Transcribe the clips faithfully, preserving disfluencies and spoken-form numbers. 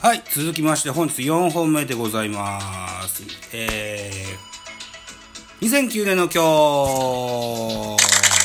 はい、続きまして本日よんほんめでございます。えー、にせんきゅうねんの今日、はい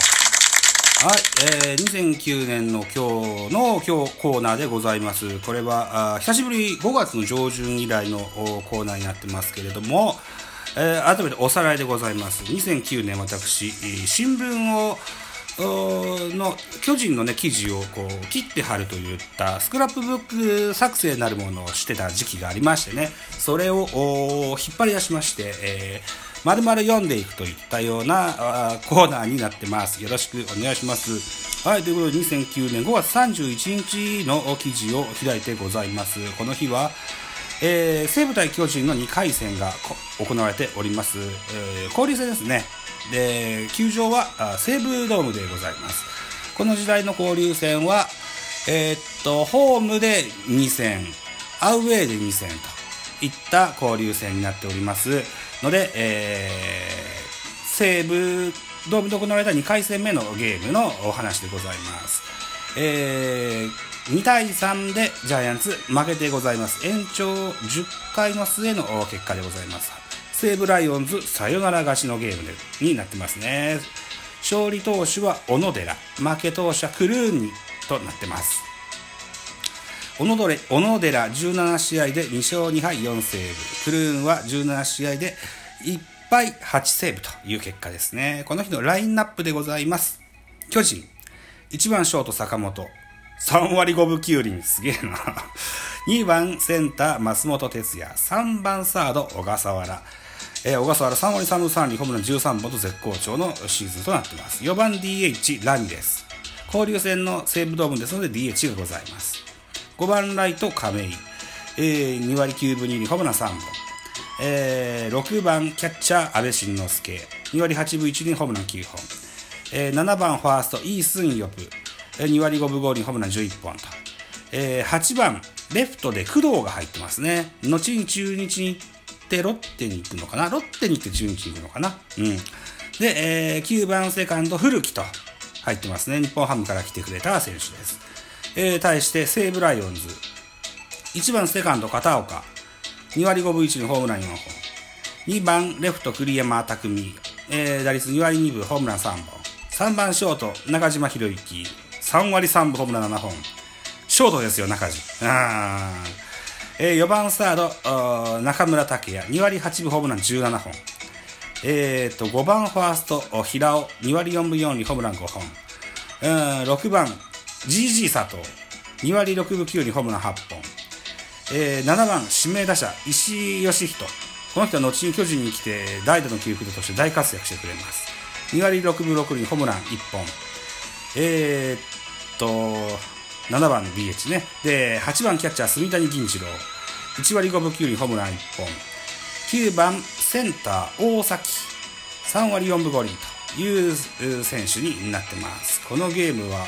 、えー、にせんきゅうねんの今日の今日コーナーでございます。これはあ久しぶりごがつの上旬以来のコーナーになってますけれども、えー、改めておさらいでございます。にせんきゅうねん私新聞をの巨人の、ね、記事をこう切って貼るといったスクラップブック作成なるものをしてた時期がありましてね、それを引っ張り出しまして、えー、丸々読んでいくといったようなコーナーになってます。よろしくお願いします。はい、ということでにせんきゅうねんごがつさんじゅういちにちの記事を開いてございます。この日はえー、西武対巨人のにかい戦が行われております、えー、交流戦ですね。で、球場は西武ドームでございます。この時代の交流戦は、えー、っとホームでにせん、アウェーでにせんといった交流戦になっておりますので、えー、西武ドームで行われたにかい戦目のゲームのお話でございます。えーにたいさんでジャイアンツ負けてございます。延長じゅっかいの末の結果でございます。西武ライオンズサヨナラ勝ちのゲームでになってますね。勝利投手は小野寺、負け投手はクルーンにとなってます。小野寺、小野寺じゅうななしあいでにしょうにはいよんセーブ、クルーンはじゅうななしあいでいっぱいはちセーブという結果ですね。この日のラインナップでございます。巨人いちばんショート坂本、さんわりごぶきゅうりん、すげえな。にばんセンター松本哲也、さんばんサード小笠原、えー、小笠原さんわりさんぶさんりん、ホームランじゅうさんぼんと絶好調のシーズンとなっています。よばん ディーエイチ ラミレス、交流戦の西武ドームですので ディーエイチ がございます。ごばんライト亀井、えー、にわりきゅうぶにりん、ホームランさんぼん、えー、ろくばんキャッチャー阿部慎之助、にわりはちぶいちりん、ホームランきゅうほん、えー、ななばんファーストイースンヨプ、にわりごぶごりん、ホームランじゅういっぽんと、えー、はちばんレフトで工藤が入ってますね。後に中日に行ってロッテに行くのかな、ロッテに行って中日に行くのかな、うん、で、えー、きゅうばんセカンド古木と入ってますね。日本ハムから来てくれた選手です。えー、対して西武ライオンズいちばんセカンド片岡、にわりごぶいちりん、ホームランよんほん、にばんレフト栗山匠、えー、打率にわりにぶ、ホームランさんぼん、さんばんショート中島博之、さんわりさんぶ、ホームランななほん、ショートですよ中島。あ、えー、よばんサード中村拓也、にわりはちぶ、ホームランじゅうななほん、えー、とごばんファースト平尾、にわりよんぶよんりん、ホームランごほん、うん、ろくばん ジージー 佐藤、にわりろくぶきゅうりん、ホームランはっぽん、えー、ななばん指名打者石井義人、この人は後に巨人に来て代打の切り札として大活躍してくれます。にわりろくぶろくりん、ホームランいっぽん、えー、っとななばん ディーエイチ ね。で、はちばんキャッチャー住谷銀次郎、いちわりごぶきゅうりん、ホームランいっぽん、きゅうばんセンター大崎、さんわりよんぶごりんという選手になってます。このゲームは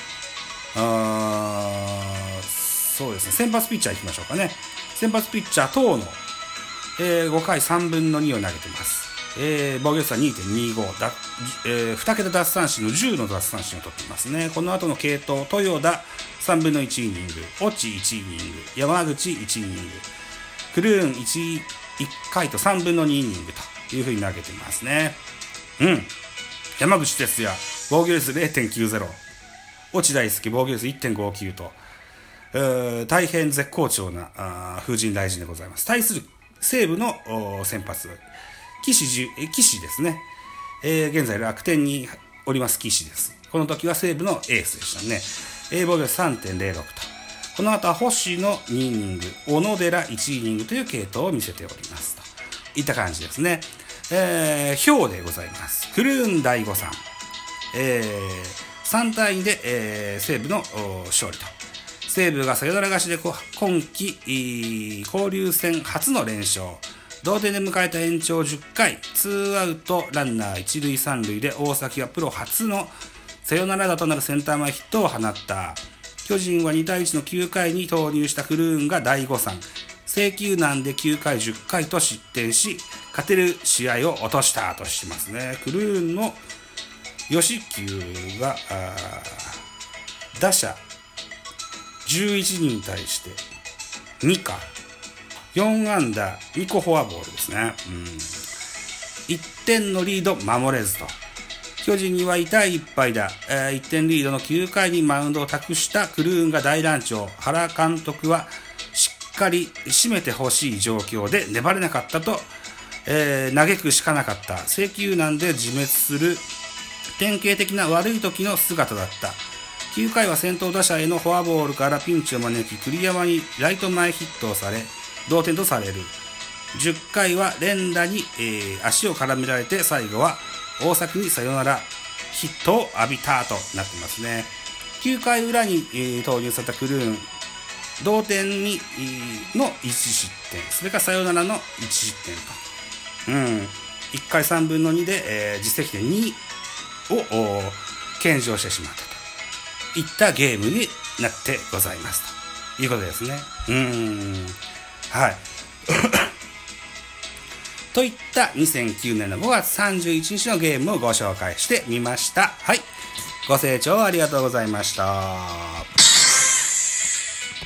あそうですね、先発ピッチャーいきましょうかね。先発ピッチャー東野、えー、ごかいさんぶんのにを投げてます。えー、防御率は にてんにご、だ、えー、にけた奪三振のじゅうの奪三振を取っていますね。この後の継投、豊田さんぶんのいちイニング、越智いちイニング、山口いちイニング、クルーン 1, いっかいとさんぶんのにイニングという風に投げていますね。うん。山口哲也防御率 れいてんきゅうゼロ、越智大輔防御率 いってんごきゅう と、えー、大変絶好調なあ風神雷神でございます。対する西武の先発岸, 岸ですね、えー、現在楽天におります岸です。この時は西武のエースでしたね。えー、防御率 さんてんぜろろく と、この後は星野にイニング、小野寺いちイニングという系統を見せておりますといった感じですね。えー、表でございます。クルーンだいごさん、えー、さんたいにで、えー、西武の勝利と、西武がサヨナラ勝ちで今季交流戦初の連勝、同点で迎えた延長じゅっかい、ツーアウトランナー一塁三塁で大崎はプロ初のサヨナラ打となるセンター前ヒットを放った。巨人はにたいいちのきゅうかいに投入したクルーンがだいごさん、制球難できゅうかいじゅっかいと失点し勝てる試合を落としたとしてますね。クルーンの吉久が打者じゅういちにんに対してにか、よん安打、にこフォアボールですね。うん、いってんのリード守れずと。巨人には痛いいっぱいだ、えー、いってんリードのきゅうかいにマウンドを託したクルーンが大乱調。原監督はしっかり締めてほしい状況で粘れなかったと、えー、嘆くしかなかった。制球難で自滅する典型的な悪い時の姿だった。きゅうかいは先頭打者へのフォアボールからピンチを招き、栗山にライト前ヒットをされ同点とされる。じゅっかいは連打に、えー、足を絡められて、最後は大崎にサヨナラヒットを浴びたとなってますね。きゅうかい裏に、えー、投入されたクルーン、同点に、えー、のいち失点、それからサヨナラのいち失点と、うん、いっかいさんぶんのにで、えー、実績点にを献上してしまったといったゲームになってございますということですね。うーん、はいといったにせんきゅうねんのごがつさんじゅういちにちのゲームをご紹介してみました。はい、ご清聴ありがとうございました。